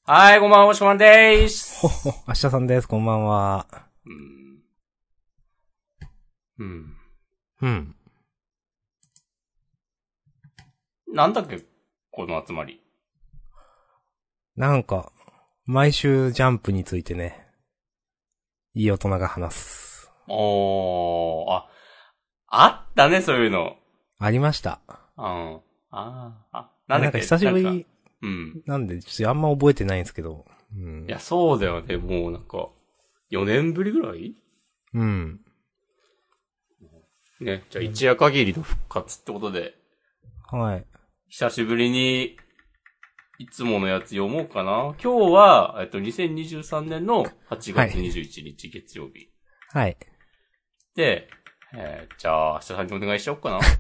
はい、こんばんは、おしこまんでーす。 明日さんです、こんばんは。 なんだっけ、この集まり。 なんか、毎週ジャンプについてね、いい大人が話す。 あったね、そういうの。 ありました。 なんだっけ、 久しぶり、なんで、ちょっとあんま覚えてないんですけど。 いや、そうだよね、もうなんか、4年ぶりぐらいね、じゃあ一夜限りの復活ってことで。 はい。 久しぶりに、いつものやつ読もうかな。今日は、2023年の8月21日月曜日。 はい。 で、じゃあ、明日さんにお願いしようかな。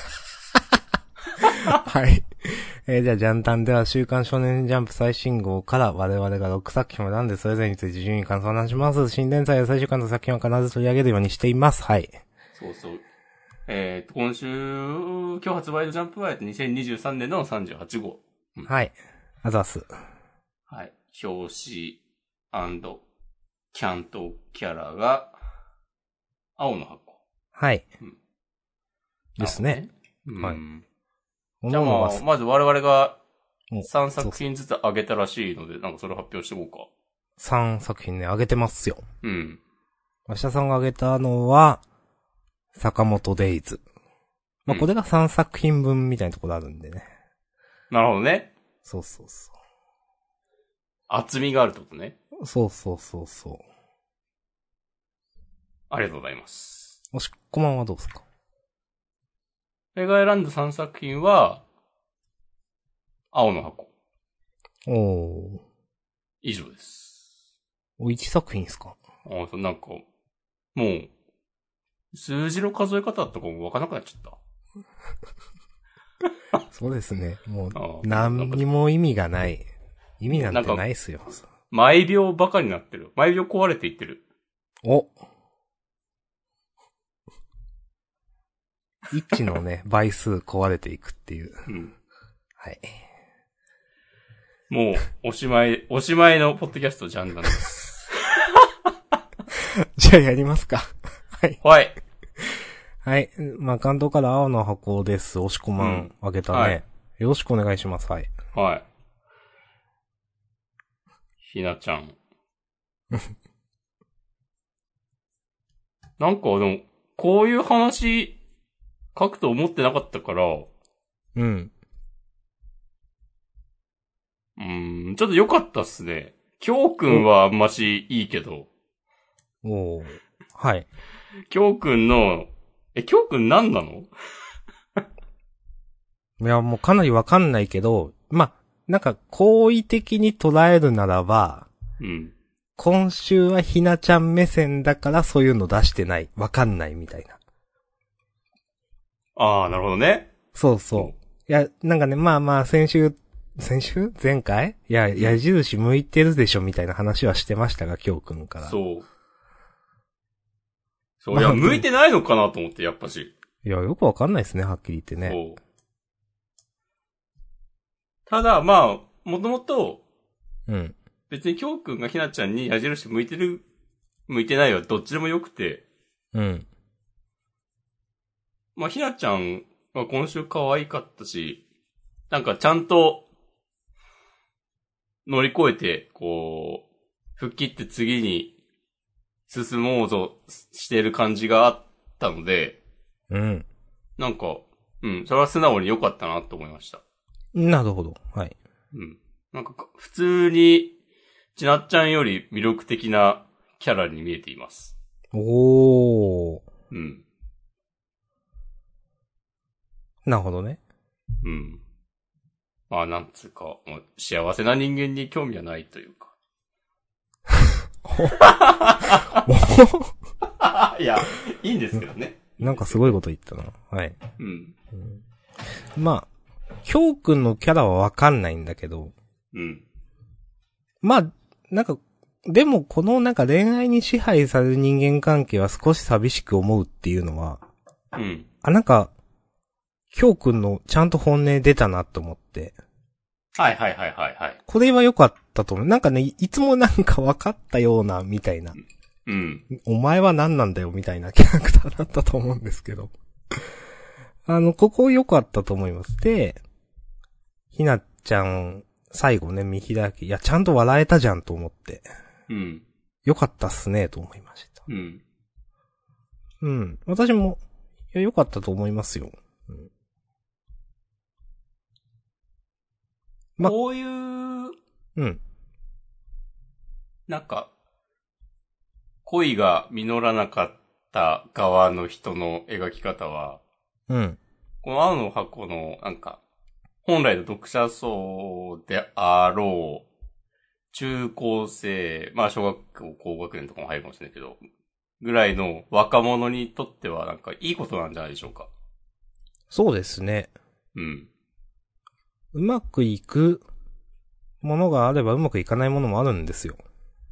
はい。じゃあ、ジャンタンでは週刊少年ジャンプ最新号から我々が6作品を選んでそれぞれについて順位感想を話します。新連載や最終巻の作品を必ず取り上げるようにしています。はい。 そうそう。今日発売のジャンプは2023年の38号。 はい。あざす。 はい。表紙キャンとキャラが、青の箱。 はい。ですね。はい。 じゃあまず我々が3作品ずつ上げたらしいので、なんかそれ発表していこうか。 3作品ね、上げてますよ。 明日さんが上げたのは、坂本デイズ。これが3作品分みたいなところあるんでね。 なるほどね。 そうそうそう。 厚みがあるってことね。 そうそうそうそう。 ありがとうございます。 おしっこまんはどうですか？ 俺が選んだ3作品は、青の箱。以上です。 1作品ですか？ なんか、もう、数字の数え方とかもわからなくなっちゃった。 そうですね。もう、何にも意味がない。意味なんてないっすよ。 毎秒バカになってる。毎秒壊れていってる。 1のね、倍数壊れていくっていう。はい。 もう、おしまいのポッドキャストジャンダンです。 じゃあやりますか。はい。 はい。 はい。関東から青の箱です。押し込まんあげたね、はい。よろしくお願いします。はい。 はい。ひなちゃん。なんかでも、こういう話書くと思ってなかったから。ちょっと良かったっすね。きょうくんはあんましいいけど。 はい。 きょうくんの、きょうくん何なの？ いや、もうかなりわかんないけど、なんか、好意的に捉えるならば、今週はひなちゃん目線だからそういうの出してない。わかんないみたいな。 なるほどね。 そうそう。いや、なんかね、先週前回いや、矢印向いてるでしょみたいな話はしてましたが、きょうくんから。 そう、いや、向いてないのかなと思って、やっぱし。 いや、よくわかんないですね、はっきり言ってね。 そう。ただ、もともと、別にきょうくんがひなちゃんに矢印向いてる、向いてないはどっちでもよくて。ひなちゃんは今週可愛かったし、なんかちゃんと乗り越えて、こう、吹っ切って次に進もうぞしてる感じがあったので、なんか、それは素直に良かったなと思いました。 なるほど。はい。 なんか、普通に、ちなっちゃんより魅力的なキャラに見えています。 なるほどね。 なんつうか、もう幸せな人間に興味はないというか。いや、いいんですけどね。 なんかすごいこと言ったな。はい。きょうくんのキャラはわかんないんだけど。なんか、でもこのなんか恋愛に支配される人間関係は少し寂しく思うっていうのは、なんか、きょうくんのちゃんと本音出たなと思って。 はいはいはいはいはい。 これは良かったと思う。なんかね、いつもなんか分かったような、みたいな。 うん。 お前は何なんだよ、みたいなキャラクターだったと思うんですけど。ここ良かったと思います。で、ひなちゃん、最後ね、見開き。いや、ちゃんと笑えたじゃんと思って。 うん。 良かったっすね、と思いました。 うん。 うん。私も、いや、良かったと思いますよ。うん、 こういう、うん。なんか、恋が実らなかった側の人の描き方は、 うん。 この青の箱の、なんか、本来の読者層であろう、中高生、まあ小学校高学年とかも入るかもしれないけど、ぐらいの若者にとってはなんかいいことなんじゃないでしょうか。 そうですね。 うん。 うまくいくものがあればうまくいかないものもあるんですよ。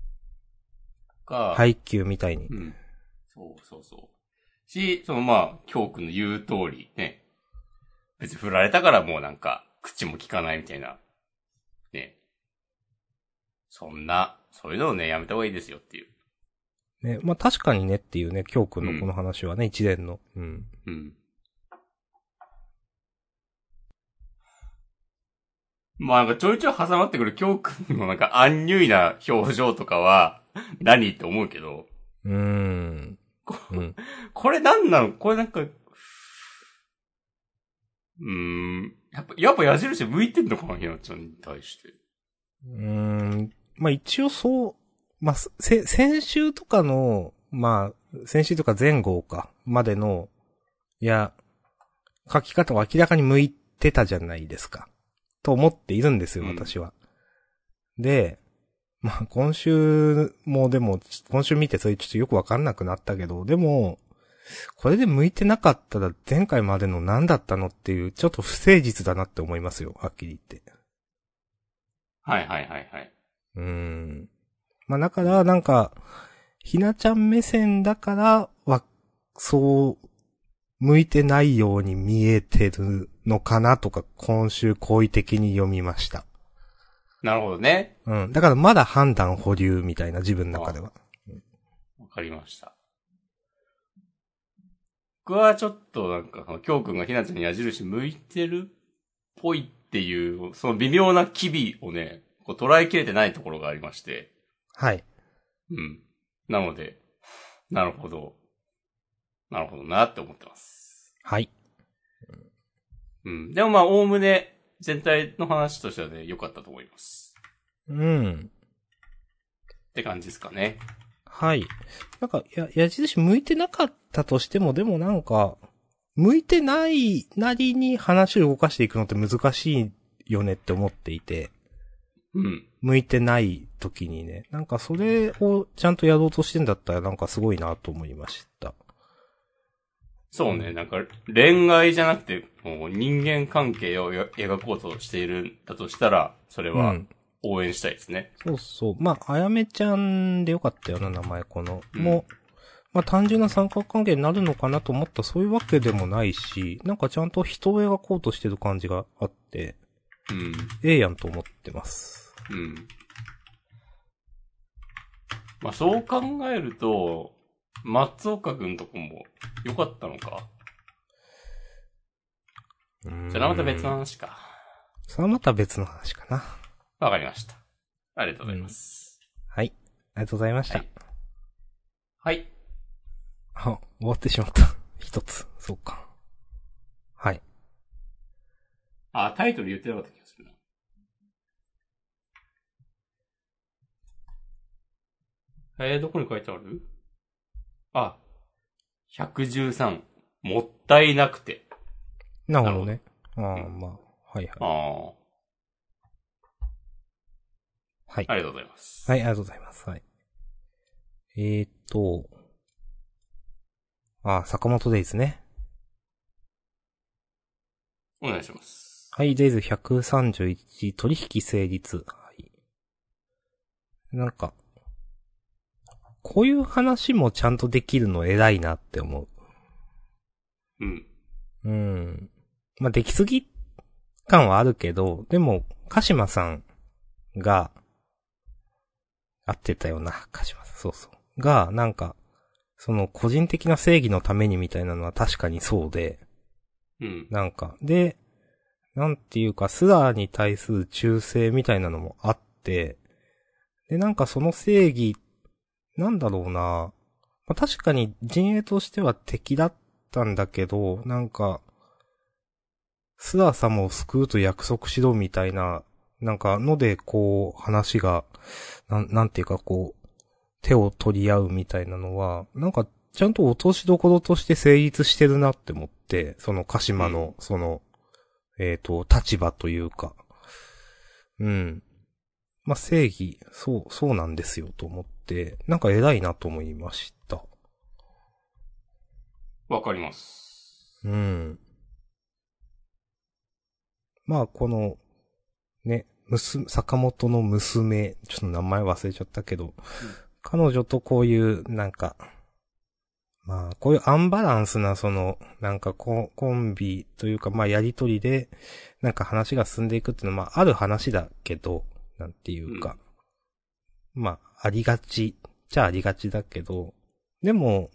配給みたいに。 うん。そうそうそう。し、まあ、京くんの言う通りね。別に振られたからもうなんか、口も聞かないみたいな。ね。そういうのをね、やめた方がいいですよっていう。 ね、まあ確かにねっていうね、京くんのこの話はね、一連の。うん。 うん。まあなんかちょいちょい挟まってくる京くんのなんかアンニュイな表情とかは、何って思うけど。 うん。 これなんなのこれなんか、やっぱ矢印向いてんのかなひなちゃんに対して。 まあ一応そう、まあ、先週とかの、まあ、先週とか前後か、までの、いや、書き方は明らかに向いてたじゃないですか。と思っているんですよ、私は。で、まあ今週もでも、今週見てそれちょっとよくわかんなくなったけど、でも、これで向いてなかったら前回までの何だったのっていう、ちょっと不誠実だなって思いますよ、はっきり言って。 はいはいはいはい。 まあだからなんか、ひなちゃん目線だからそう、向いてないように見えてるのかなとか、今週好意的に読みました。 なるほどね。 うん。だからまだ判断保留みたいな自分の中では。 わかりました。僕はちょっとなんか、京くんがひなちゃんに矢印向いてるっぽいっていう、その微妙な機微をね、こう捉えきれてないところがありまして。 はい。 うん。なので、なるほどなって思ってます。 はい。 うん。でもまあ、おおむね、全体の話としてはね、良かったと思います。 うん。 って感じですかね。 はい。なんか、矢印向いてなかったとしても、でもなんか、向いてないなりに話を動かしていくのって難しいよねって思っていて。 うん。 向いてない時にね。なんかそれをちゃんとやろうとしてんだったらなんかすごいなと思いました。 そうね、なんか恋愛じゃなくて、もう人間関係を描こうとしているんだとしたら、それは応援したいですね。 そうそう。まあ、あやめちゃんでよかったよな、名前この。もう、まあ単純な三角関係になるのかなと思ったらそういうわけでもないし、なんかちゃんと人を描こうとしてる感じがあって、ええやんと思ってます。 うん。まあそう考えると、松岡くんとこも良かったのか。それはまた別の話か。 それはまた別の話かな。 わかりました。ありがとうございます。 はい。ありがとうございました。 はい。 あ、終わってしまった。一つ。そうか。はい。 あ、タイトル言ってなかった気がするな。どこに書いてある？あ、113。もったいなくて。 なるほどね。ああ、まあ、はいはい。 ああ。 はい。 ありがとうございます。 はい、ありがとうございます。はい。坂本デイズね。 お願いします。 はい、デイズ131取引成立。はい。なんか、こういう話もちゃんとできるの偉いなって思う。まあ、できすぎ感はあるけど、でも、 鹿島さんが、合ってたよな、鹿島さん、そうそう。が、なんか、その個人的な正義のためにみたいなのは確かにそうで、 うん。 なんか、で、なんていうか、スラーに対する忠誠みたいなのもあって、で、なんかその正義、なんだろうな、まあ、確かに陣営としては敵だったんだけど、なんか、スラー様を救うと約束しろみたいな、なんかので、こう、話が、なんていうかこう、手を取り合うみたいなのは、なんか、ちゃんと落としどころとして成立してるなって思って、その鹿島の、その、立場というか。うん。まあ、正義、そうなんですよと思って、なんか偉いなと思いました。 わかります。 うん。まあ、この、ね、坂本の娘、ちょっと名前忘れちゃったけど、彼女とこういう、なんか、まあ、こういうアンバランスな、その、なんかコンビというか、まあ、やりとりで、なんか話が進んでいくっていうのは、まあ、ある話だけど、なんていうか、まあ、ありがち、じゃありがちだけど、でも、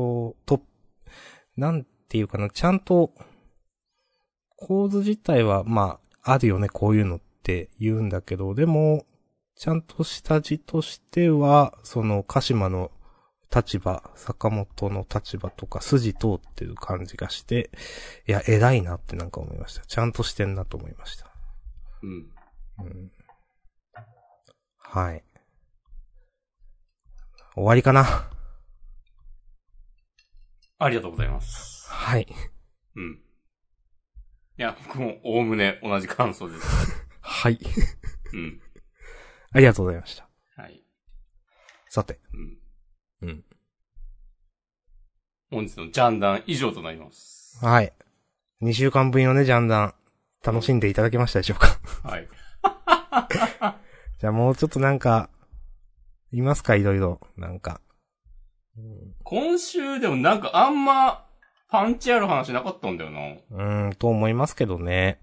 なんていうかな、ちゃんと、構図自体は、まあ、あるよね、こういうのって言うんだけど、でも、ちゃんと下地としては、その、鹿島の立場、坂本の立場とか筋通ってる感じがして、いや、偉いなってなんか思いました。ちゃんとしてんなと思いました。 うん。 うん、はい。終わりかな。 ありがとうございます。 はい。 うん。いや、僕もおおむね同じ感想です。 はい。 うん。 ありがとうございました。 はい。 さて。 うん。 うん。 本日のジャンダン以上となります。 はい。2週間分のね、ジャンダン、楽しんでいただけましたでしょうか。 はい。 じゃあもうちょっとなんか、いますかいろいろ。なんか。 今週でもなんかあんま、パンチある話なかったんだよな。 と思いますけどね。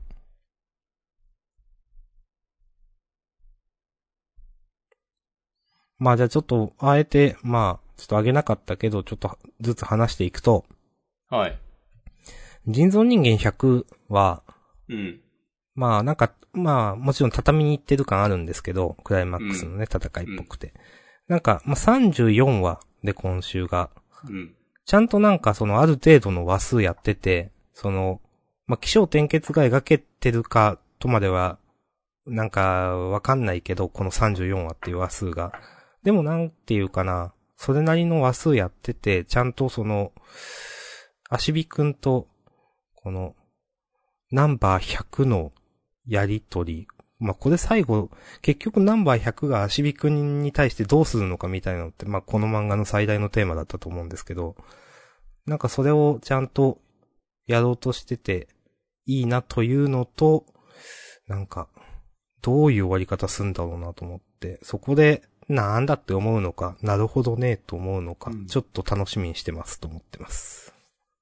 まあじゃあちょっと、あえて、まあ、ちょっとあげなかったけど、ちょっとずつ話していくと。 はい。 人造人間100は、 うん。 まあなんか、まあもちろん畳に行ってる感あるんですけど、クライマックスのね、戦いっぽくて。なんか、まあ34話で今週が。 うん。 ちゃんとなんかそのある程度の話数やってて、その、まあ起承転結が描けてるかとまでは、なんかわかんないけど、この34話っていう話数が。でもなんていうかな、それなりの話数やってて、ちゃんとその、アシビくんと、この、ナンバー100のやりとり。まあ、これ最後、結局ナンバー100がアシビくんに対してどうするのかみたいなのって、まあ、この漫画の最大のテーマだったと思うんですけど、なんかそれをちゃんとやろうとしてて、いいなというのと、なんか、どういう終わり方するんだろうなと思って、そこで、なんだって思うのか、なるほどね、と思うのか、ちょっと楽しみにしてますと思ってます。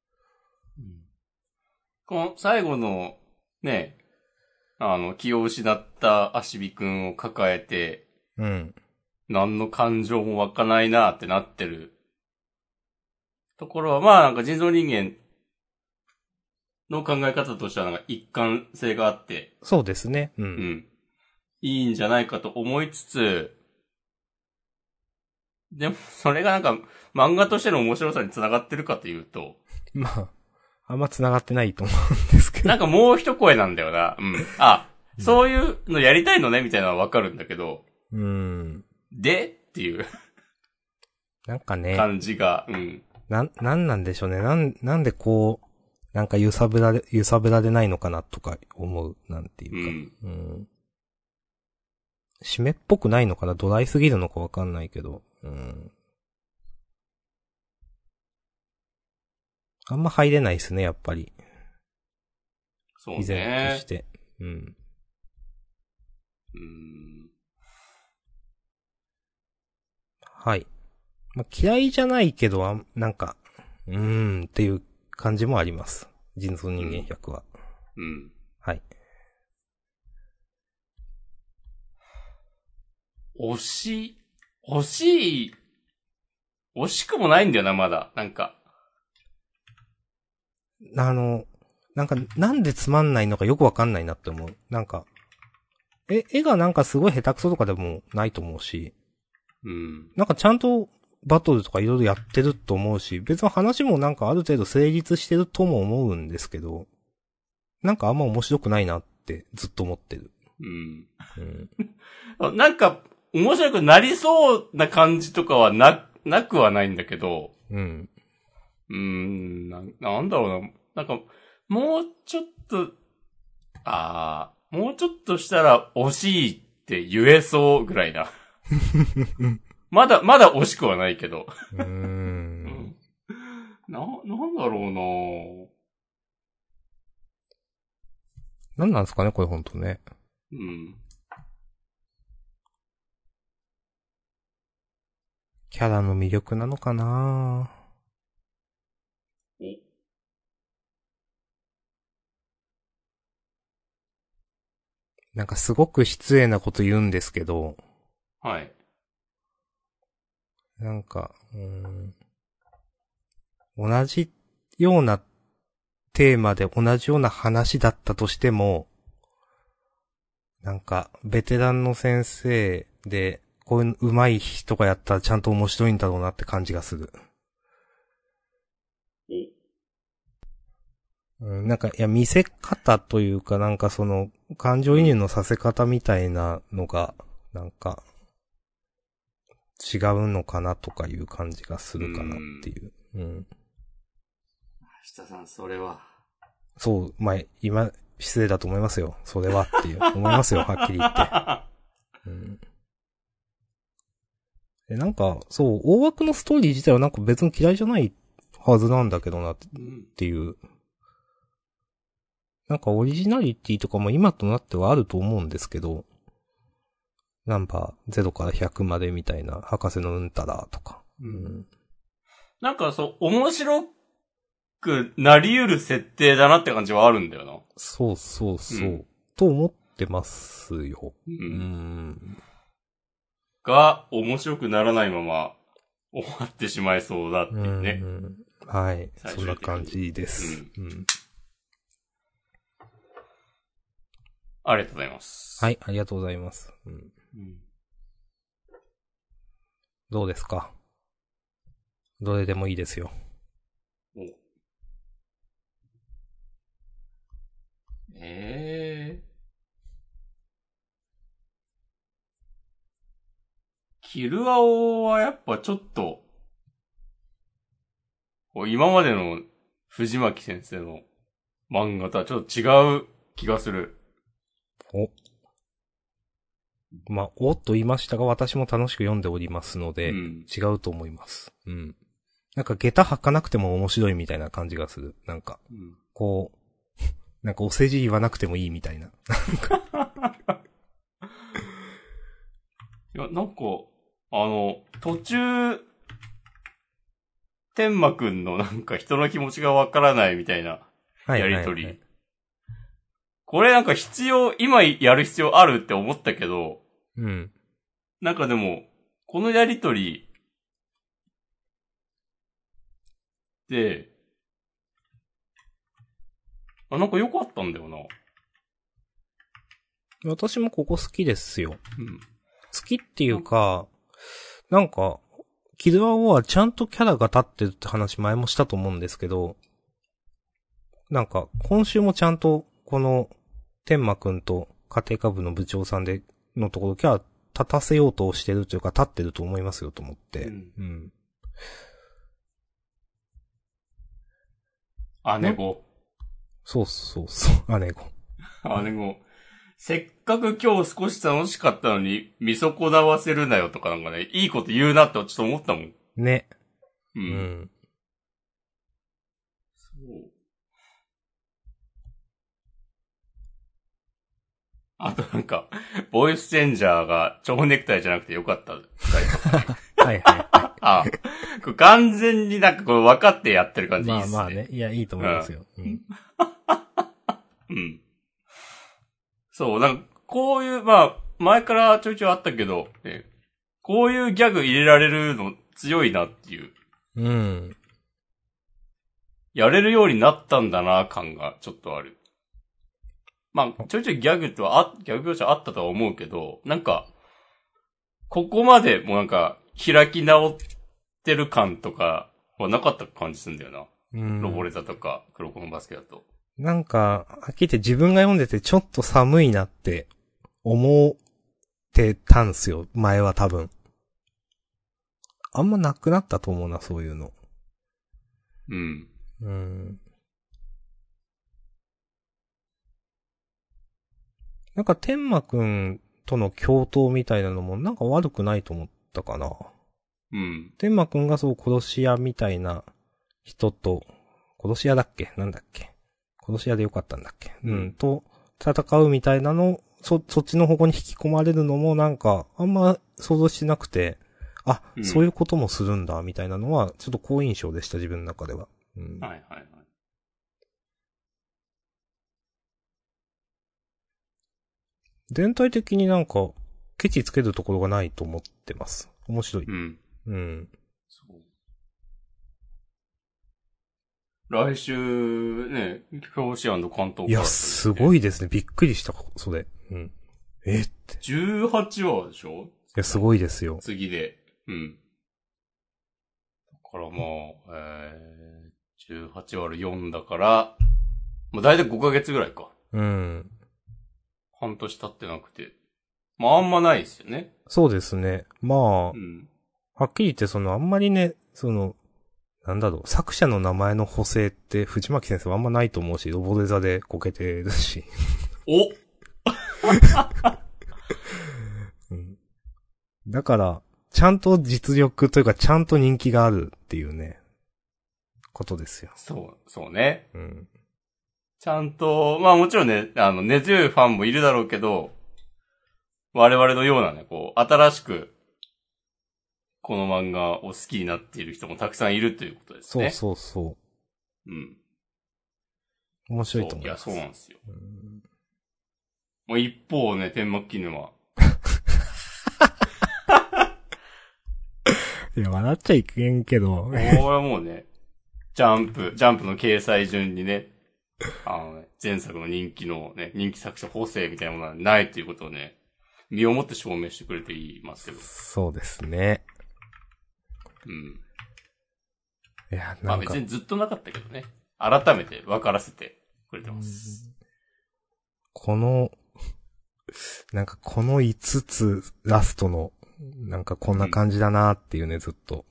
この最後の、ね、気を失ったアシビくんを抱えて、 うん。 何の感情も湧かないなってなってるところは、まあなんか人造人間の考え方としてはなんか一貫性があって。 そうですね。うん。 うん。いいんじゃないかと思いつつ、でもそれがなんか漫画としての面白さに繋がってるかというと。 まあ、あんま繋がってないと思うんですけど。 なんかもう一声なんだよな。うん。あ、そういうのやりたいのねみたいなのはわかるんだけど。でっていう。 なんかね。 感じが、うん。 なんなんでしょうね。なんでこう、なんか揺さぶられないのかなとか思う、なんていうか。締めっぽくないのかな、ドライすぎるのかわかんないけど。あんま入れないですね、やっぱり。 そうね。 依然として。はい。まあ、嫌いじゃないけど、なんか、っていう感じもあります。人造人間100は。はい。 惜しくもないんだよな、まだ。なんか。 なんでつまんないのかよくわかんないなって思う。なんか、絵がなんかすごい下手くそとかでもないと思うし。 うん。 なんかちゃんとバトルとかいろいろやってると思うし、別の話もなんかある程度成立してるとも思うんですけど、なんかあんま面白くないなってずっと思ってる。 うん。うん、なんか、面白くなりそうな感じとかはなくはないんだけど、 うん。 なんだろうな。なんか、もうちょっとしたら惜しいって言えそうぐらいな。まだ惜しくはないけど。うん、なんだろうな。 なんなんですかね、これほんとね。 うん。 キャラの魅力なのかな。なんかすごく失礼なこと言うんですけど。 はい。 なんか、同じようなテーマで同じような話だったとしても、なんか、ベテランの先生で、こういう上手い人がやったらちゃんと面白いんだろうなって感じがする。なんか、いや、見せ方というか、なんかその、感情移入のさせ方みたいなのが、なんか、違うのかなとかいう感じがするかなっていう。 下さん、それは。 そう、まあ、今、失礼だと思いますよ。それはっていう、思いますよ、はっきり言って。なんか、そう、大枠のストーリー自体はなんか別に嫌いじゃないはずなんだけどなっていう。なんかオリジナリティとかも今となってはあると思うんですけど、ナンバー0から100までみたいな、博士のうんたらとか。 なんかそう、面白くなり得る設定だなって感じはあるんだよな。 そう、と思ってますよ。 が、面白くならないまま終わってしまいそうだっていうね。 はい。そんな感じです。 ありがとうございます。 はい、ありがとうございます。どうですか？どれでもいいですよ。 キルアオはやっぱちょっと、今までの藤巻先生の漫画とはちょっと違う気がする。 まあ、と言いましたが、私も楽しく読んでおりますので、違うと思います。なんか、下駄履かなくても面白いみたいな感じがする。なんか、こう、なんかお世辞言わなくてもいいみたいな。 いや、なんか、途中、天馬くんのなんか人の気持ちがわからないみたいなやりとり。これなんか今やる必要あるって思ったけど、なんかでも、このやりとりで、なんか良かったんだよな。 私もここ好きですよ。好きっていうか、なんか、キルアオはちゃんとキャラが立ってるって話前もしたと思うんですけど、なんか、今週もちゃんと、この、天馬くんと家庭科部の部長さんで、のところキャラ立たせようとしてるというか、立ってると思いますよと思って。 姉子。 そう、姉子。 姉子。せっかく今日少し楽しかったのに、見損なわせるなよとかなんかね、いいこと言うなってちょっと思ったもん。 ね。 そう。あとなんか、ボイスチェンジャーが蝶ネクタイじゃなくてよかったはい。 これ完全になんかこれ分かってやってる感じいいっすね。 まあね。いや、いいと思いますよ。 そう、なんか、こういう、まあ、 前からちょいちょいあったけど、こういうギャグ入れられるの強いなっていう。 うん。 やれるようになったんだな感がちょっとある。まあ、ちょいちょいギャグ描写あったとは思うけど、なんか、ここまでもうなんか、開き直ってる感とかはなかった感じするんだよな。ロボレザとか、黒子のバスケだと。 なんか、はっきり言って自分が読んでてちょっと寒いなって思ってたんすよ。前は多分。あんまなくなったと思うな、そういうの。 うん。 なんか天馬くんとの共闘みたいなのもなんか悪くないと思ったかな。 うん。 天馬くんがそう殺し屋みたいな人と、殺し屋だっけなんだっけ殺し屋でよかったんだっけと戦うみたいなの、そっちの方向に引き込まれるのもなんかあんま想像しなくて、そういうこともするんだみたいなのはちょっと好印象でした、自分の中では。 はいはいはい。 全体的になんか、ケチつけるところがないと思ってます。面白い。そう。 来週、ね、表紙関東いや、すごいですね。びっくりした、それ。って。 18話でしょ？ いや、すごいですよ。 次で。だからまあ、18割る4だから、まあ大体5ヶ月ぐらいか。半年経ってなくて。まああんまないですよね。 そうですね。まあ、はっきり言ってあんまりね、なんだろう、作者の名前の補正って藤巻先生はあんまないと思うし、ロボデザでこけてるし。 おだから、ちゃんと実力というかちゃんと人気があるっていうね、ことですよ。 そうね。ちゃんと、まあもちろんね、根強いファンもいるだろうけど、我々のようなね、新しく、この漫画を好きになっている人もたくさんいるということですね。 そう。面白いと思います。 いや、そうなんですよ。もう一方ね、天幕絹は。 いや、笑っちゃいけんけど。 これはもうね、ジャンプの掲載順にね、前作の人気作者補正みたいなものはないということをね、身をもって証明してくれていますけど。 そうですね。いや、 まあ別にずっとなかったけどね。改めて分からせてくれてます。 この5つラストの、こんな感じだなっていうね、ずっと。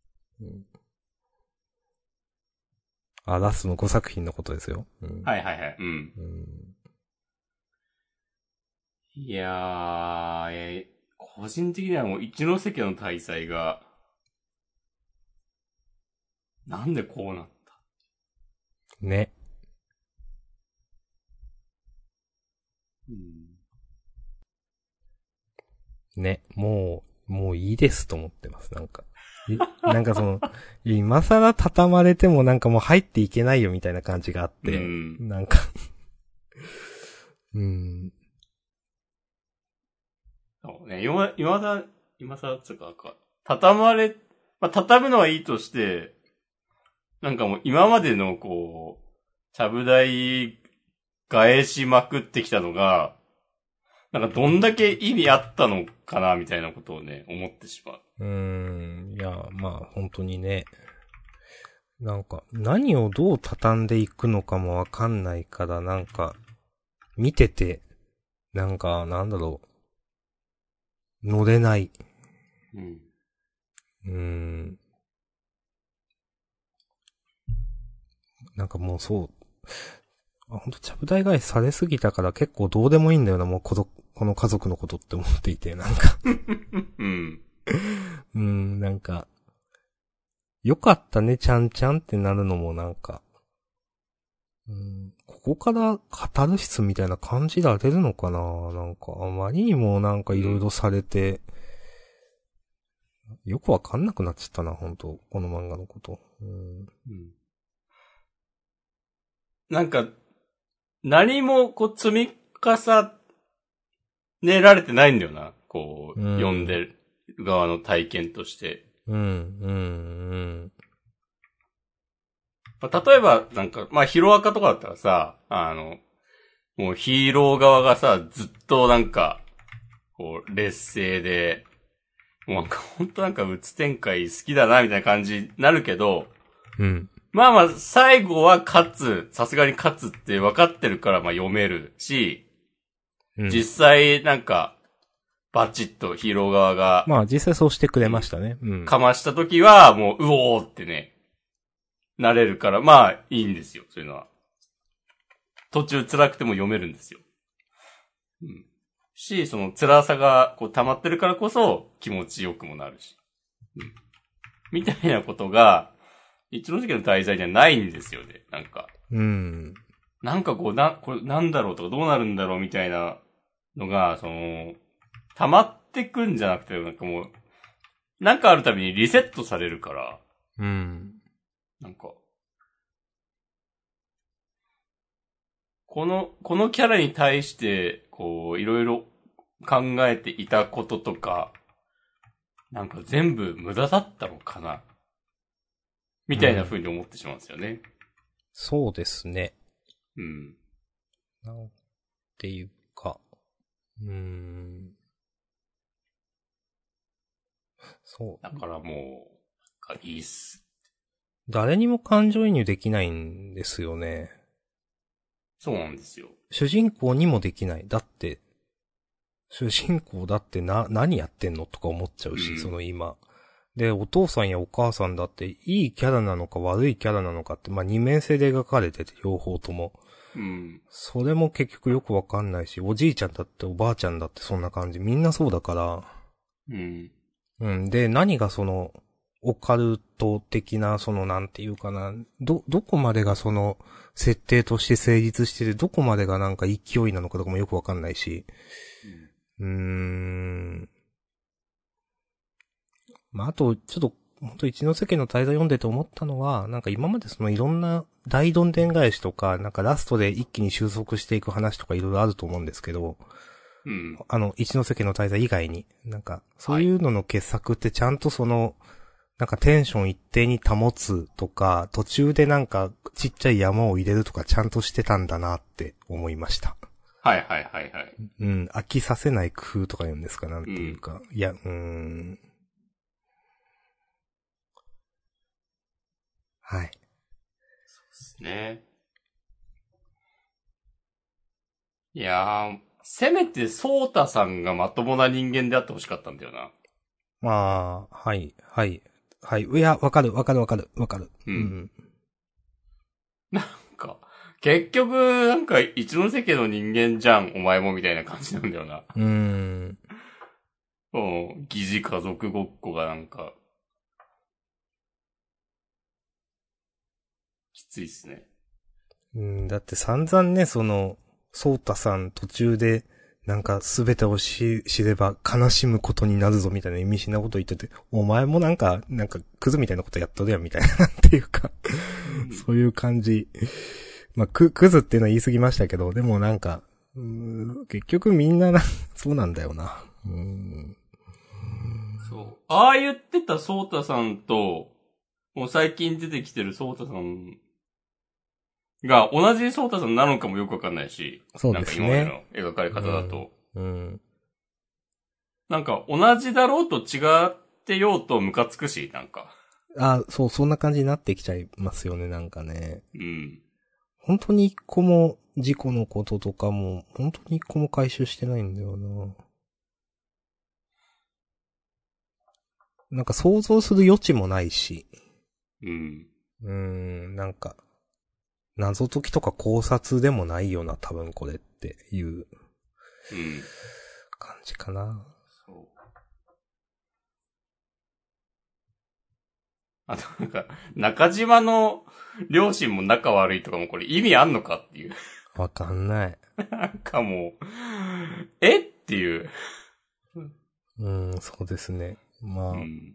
ラストの5作品のことですよ。 はいはいはい。いやー、個人的にはもう一ノ関の大祭が、なんでこうなったね。ね、もういいですと思ってます、なんか。今更畳まれてももう入っていけないよみたいな感じがあって、 そうね、今更つうか、畳むのはいいとして、もう今までのちゃぶ台返しまくってきたのが、どんだけ意味あったのかな、みたいなことをね、思ってしまう。 いや、まあ、本当にね。何をどう畳んでいくのかもわかんないから、見てて、なんだろう。乗れない。もうそう。ほんと、ちゃぶ台返しされすぎたから結構どうでもいいんだよな、もうこの家族のことって思っていて、よかったね、ちゃんってなるのもここからカタルシスみたいな感じられるのかなあまりにもいろいろされて、よくわかんなくなっちゃったな、本当この漫画のこと。 何も積み重練られてないんだよな。こう、読んでる側の体験として。まあ、例えば、なんか、まあ、ヒロアカとかだったらさ、もうヒーロー側がさ、ずっとなんか、こう、劣勢で、もうなんか、ほんとなんか、うつ展開好きだな、みたいな感じになるけど、まあまあ、最後はさすがに勝つって分かってるから、まあ読めるし、実際なんか、バチッとヒーロー側が、 まあ実際そうしてくれましたね。 かました時は、もう、うおーってね、なれるから、まあ、いいんですよ、そういうのは。途中辛くても読めるんですよ。その辛さがこう溜まってるからこそ気持ちよくもなるし。みたいなことが、一ノ関の滞在にはないんですよね、なんか。なんかこれなんだろうとかどうなるんだろうみたいなのが、溜まってくんじゃなくて、なんかもう、なんかあるたびにリセットされるから。なんか、このキャラに対して、こう、いろいろ考えていたこととか、なんか全部無駄だったのかなみたいな風に思ってしまうんですよね。 そうですね。なんていうか、そう。 だからもう、いいっす。 誰にも感情移入できないんですよね。 そうなんですよ。 主人公にもできない。だって、主人公だって何やってんのとか思っちゃうし、その今。で、お父さんやお母さんだって、いいキャラなのか悪いキャラなのかって、まあ、二面性で描かれてて、両方とも。それも結局よくわかんないし、おじいちゃんだっておばあちゃんだってそんな感じ。みんなそうだから。で、何がその、オカルト的な、なんていうかな、どこまでが設定として成立してて、どこまでがなんか勢いなのかとかもよくわかんないし。まあ、あと、ちょっと、ほんと一ノ関の滞在読んでて思ったのは、なんか今までいろんな大どんでん返しとか、なんかラストで一気に収束していく話とかいろいろあると思うんですけど、一ノ関の滞在以外に、なんか、そういうのの傑作ってちゃんとなんかテンション一定に保つとか、途中でなんかちっちゃい山を入れるとかちゃんとしてたんだなって思いました。飽きさせない工夫とか言うんですか、なんていうか。いや、はい。 そうですね。いやー、せめてソータさんがまともな人間であってほしかったんだよな。 まあ、はい。いや、わかる。 なんか、結局、なんか、一ノ関の人間じゃん、お前もみたいな感じなんだよな。疑似家族ごっこがなんか、きついっすね。 だって散々ね、ソータさん途中で、なんか全てを知れば悲しむことになるぞみたいな意味深なこと言ってて、お前もなんかクズみたいなことやっとるやんみたいなっていうかそういう感じ。まあ、クズっていうのは言い過ぎましたけど、でもなんか、結局みんなそうなんだよな。 そう。ああ言ってたソータさんと、もう最近出てきてるソータさんが同じソータさんなのかもよくわかんないし。 そうですね。 なんか今までの描かれ方だと。なんか同じだろうと違ってようとムカつくし、なんか。 そう、そんな感じになってきちゃいますよね、なんかね。本当に一個も事故のこととかも、本当に一個も回収してないんだよな。なんか想像する余地もないし。なんか、謎解きとか考察でもないよな、多分これっていう、感じかな。そう。 あとなんか、中島の両親も仲悪いとかもこれ意味あんのかっていう。 わかんない。 なんかもう、っていう。 そうですね。まあ。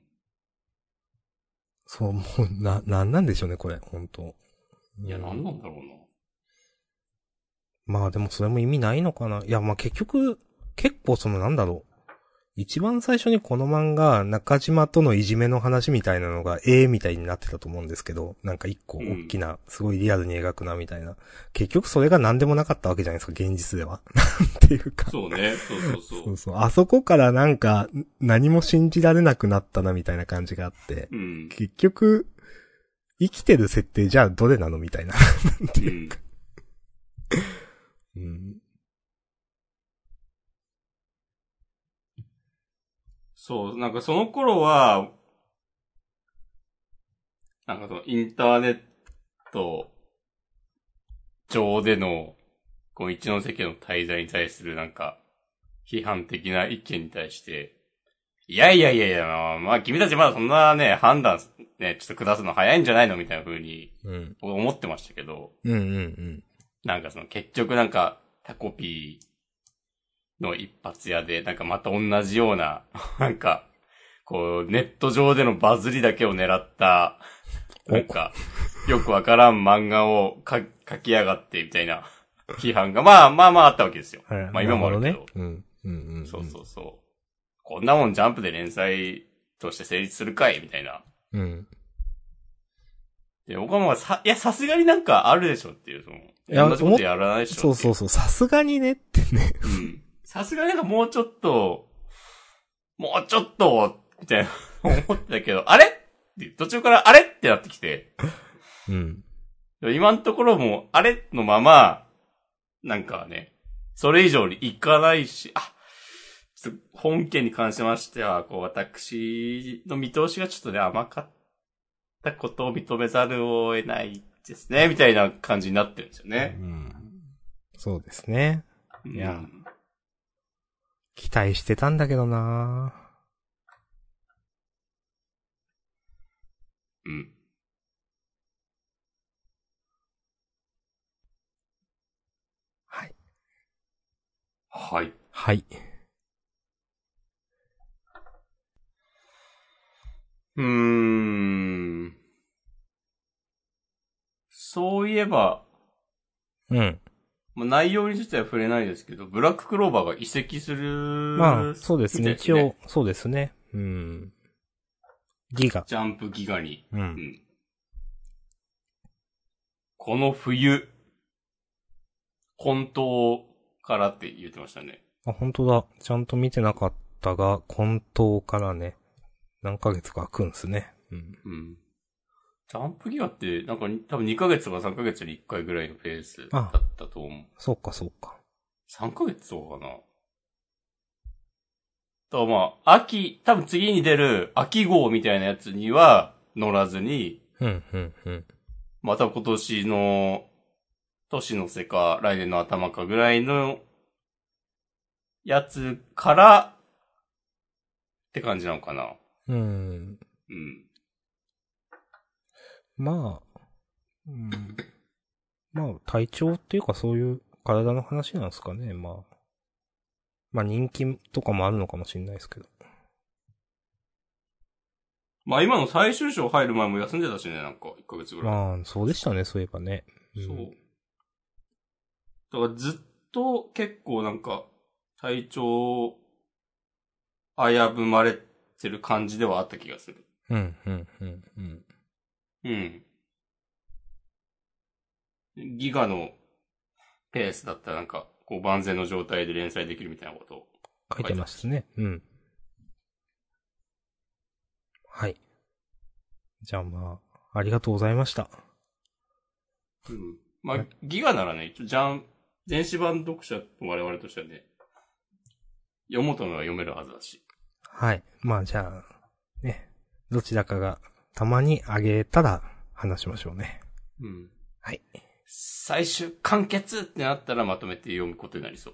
そう、もう、なんなんでしょうね、これ、本当いや、なんなんだろうな。 まあでもそれも意味ないのかな。いや、まあ結局、 結構なんだろう。一番最初にこの漫画、中島とのいじめの話みたいなのがみたいになってたと思うんですけど、なんか一個大きな、すごいリアルに描くなみたいな。結局それが何でもなかったわけじゃないですか、現実では。なんていうか。 そうね。そう。 あそこからなんか、何も信じられなくなったなみたいな感じがあって、結局、生きてる設定じゃあどれなのみたいな。なんていうか。 そう、なんかその頃は、なんかそのインターネット上での、この一ノ関の滞在に対するなんか、批判的な意見に対して、いや、まあ君たちまだそんなね、判断ね、ちょっと下すの早いんじゃないのみたいな風に、思ってましたけど、なんか結局なんか、タコピー、の一発屋で、なんかまた同じような、なんか、こう、ネット上でのバズりだけを狙った、なんか、よくわからん漫画を書き上がってみたいな批判が、まああったわけですよ。まあ今もあるけど。そう。こんなもんジャンプで連載として成立するかいみたいな。で、僕はもうさすがになんかあるでしょっていう、同じことやらないでしょ。 そう、さすがにねってね。 さすがになんかもうちょっと、みたいな思ってたけど、あれって途中からあれってなってきて。今のところもあれのまま、なんかね、それ以上にいかないし、ちょっと本件に関しましては、こう私の見通しがちょっとね、甘かったことを認めざるを得ないですね、みたいな感じになってるんですよね。 そうですね。いや。期待してたんだけどなはい。 そういえば、まあ、内容については触れないですけど、ブラッククローバーが移籍する、 まあ、そうですね。一応、そうですね。ギガ。 ジャンプギガに。この冬、混沌からって言ってましたね。 本当だ。ちゃんと見てなかったが、混沌からね、何ヶ月か空くんすね。 ジャンプギガって、なんか多分2ヶ月とか3ヶ月に1回ぐらいのペースだったと思う。 そうか。 3ヶ月とかかな。とまあ、多分次に出る秋号みたいなやつには乗らずに、また今年の年の瀬か来年の頭かぐらいのやつからって感じなのかな。 まあ、体調っていうかそういう体の話なんですかね、まあ人気とかもあるのかもしれないですけど。 まあ今の最終章入る前も休んでたしね、なんか1ヶ月ぐらい。 まあ、そうでしたね、そういえばね。 そう。だからずっと結構なんか体調危ぶまれてる感じではあった気がする。ギガのペースだったらなんか、こう万全の状態で連載できるみたいなことを書いてますね。はい。じゃあまあ、ありがとうございました。 まあ、ギガならね、電子版読者の我々としてはね、読もうとのは読めるはずだし。 はい。まあじゃあ、ね、どちらかがたまにあげたら話しましょうね。はい。 最終完結ってなったらまとめて読むことになりそう。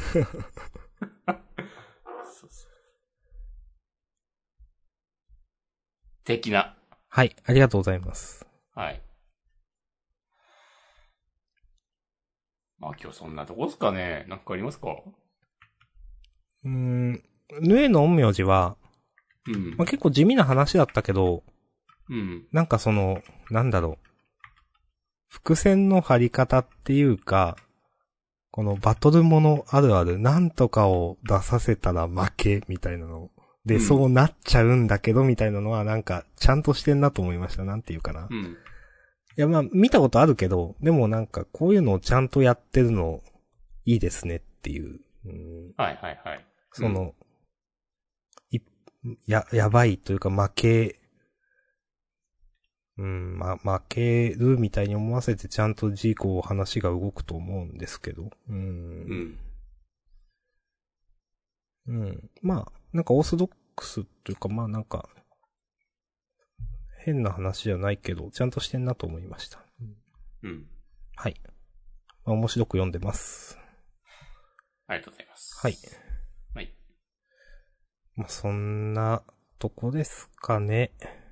的な。 はい、ありがとうございます。 はい。まあ今日そんなとこですかね。なんかありますか？ ヌエの陰陽師は、まあ、結構地味な話だったけど、なんかなんだろう。伏線の張り方っていうか、 このバトルものあるある、なんとかを出させたら負け、みたいなの。で、そうなっちゃうんだけど、みたいなのはなんか、ちゃんとしてんなと思いました。なんていうかな。いや、まあ、見たことあるけど、でもなんか、こういうのをちゃんとやってるの、いいですねっていう。 はいはいはい。 その、やばいというか負け、負けるみたいに思わせてちゃんとジーコ話が動くと思うんですけど。まあ、なんかオーソドックスというか、まあなんか、変な話じゃないけど、ちゃんとしてんなと思いました。はい。まあ、面白く読んでます。 ありがとうございます。 はい。 はい。 まあ、そんなとこですかね。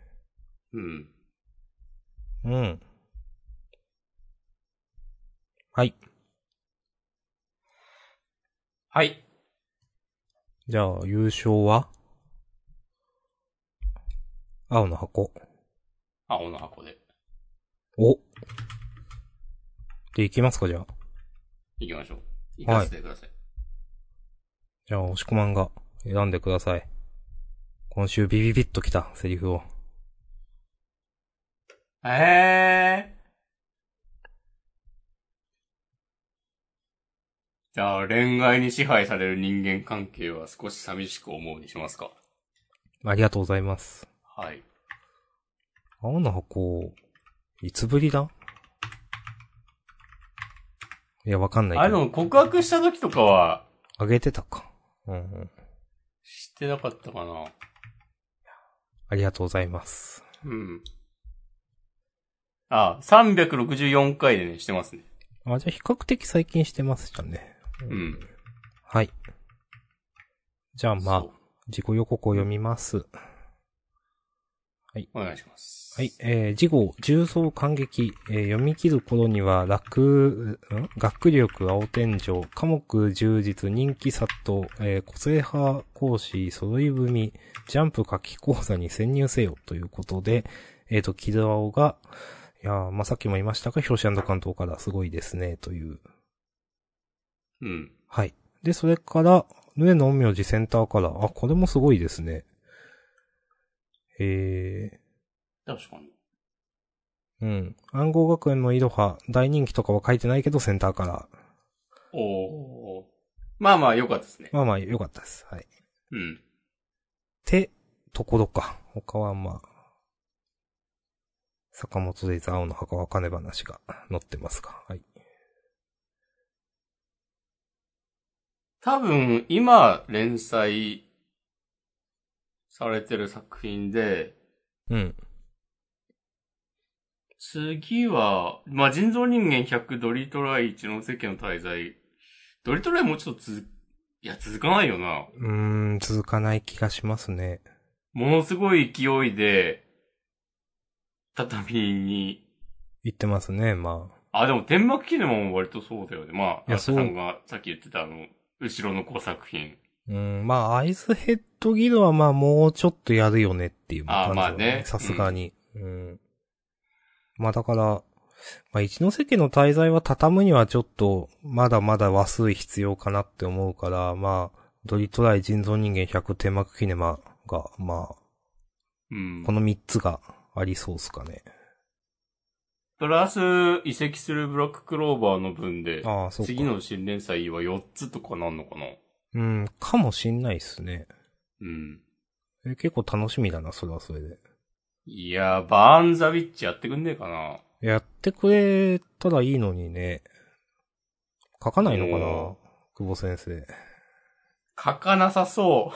はい。 はい。 じゃあ、優勝は青の箱。 青の箱で。 お。で、行きますか、じゃあ。 行きましょう。行かせてください。 じゃあ、押し込まんが選んでください。今週ビビビッときた、セリフを。 じゃあ、恋愛に支配される人間関係は少し寂しく思うにしますか。 ありがとうございます。 はい。 青の箱、いつぶりだ？いや、わかんないけど。 告白した時とかは、 あげてたか。 知ってなかったかな。 ありがとうございます。 364回でね、してますね。 じゃあ比較的最近してましたね。はい。じゃあまあ、自己予告を読みます。はい。 お願いします。 はい。次号、重層感激、読み切る頃には学力青天井、科目充実、人気殺到、個性派講師、揃い踏み、ジャンプ書き講座に潜入せよということで、キルアオが、いやまあ、さっきも言いましたが、表紙関東からすごいですね、という。はい。で、それから、ヌエの陰陽師センターから、これもすごいですね。 確かに。 暗号学園のイロハ、大人気とかは書いてないけど、センターから。 まあまあ、良かったですね。 まあまあ、良かったです。はい。ところか。他はまあ、坂本デイズ青の墓は金話が載ってますが。はい。 多分、今、連載されてる作品で、次は、まあ、人造人間100、ドリトライ一ノ関の滞在。ドリトライもうちょっと続かないよな。 続かない気がしますね。 ものすごい勢いで、畳に。 行ってますね、まあ。でも天幕キネマも割とそうだよね。まあ、さんがさっき言ってた後ろの5作品。 まあ、アイスヘッドギルはまあもうちょっとやるよねっていう感じ、 まあね。 さすがに。まあだから、まあ一ノ関の滞在は畳むにはちょっと、まだまだ話数必要かなって思うから、まあ、ドリトライ人造人間100天幕キネマが、まあ、この3つがありそうっすかね。 プラス、移籍するブラッククローバーの分で、次の新連載は4つとかなんのかな？ かもしんないっすね。結構楽しみだな、それはそれで。 いや、バーンザビッチやってくんねえかな。 やってくれたらいいのにね。書かないのかな、久保先生。 書かなさそう。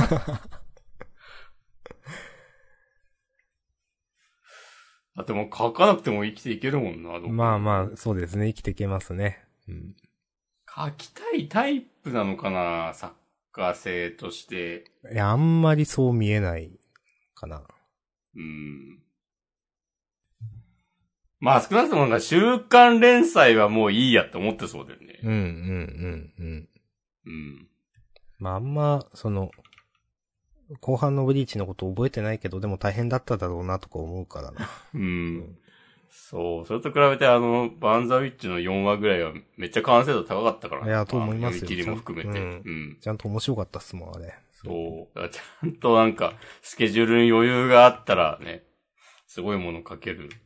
でも書かなくても生きていけるもんな。 まあまあ、そうですね。生きていけますね。 書きたいタイプなのかな、作家性として。 いや、あんまりそう見えないかな。 まあ少なくともなんか週刊連載はもういいやって思ってそうだよね。 まああんま、後半のブリーチのこと覚えてないけど、でも大変だっただろうなとか思うからな。 そう、それと比べてバンザウィッチの4話ぐらいはめっちゃ完成度高かったから。 いや、と思いますよ。 読み切りも含めて。 ちゃんと面白かったっすもん、あれ。 そう。ちゃんとなんか、スケジュールに余裕があったらね、すごいもの書ける。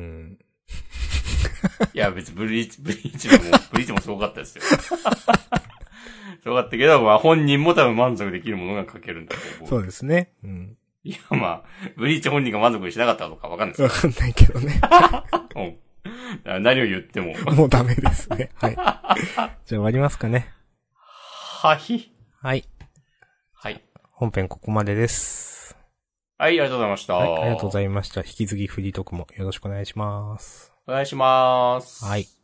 いや、別にブリーチもすごかったですよ。すごかったけど、まあ本人も多分満足できるものが書けるんだと思う。 そうですね。 いや、まあ、ブリーチ本人が満足しなかったのかわかんないです。 わかんないけどね。 何を言っても。 もうダメですね。はい。じゃあ終わりますかね。 はい。 はい。 はい。 本編ここまでです。 はい、ありがとうございました。 はい、ありがとうございました。引き継ぎフリートークもよろしくお願いします。 お願いします。 はい。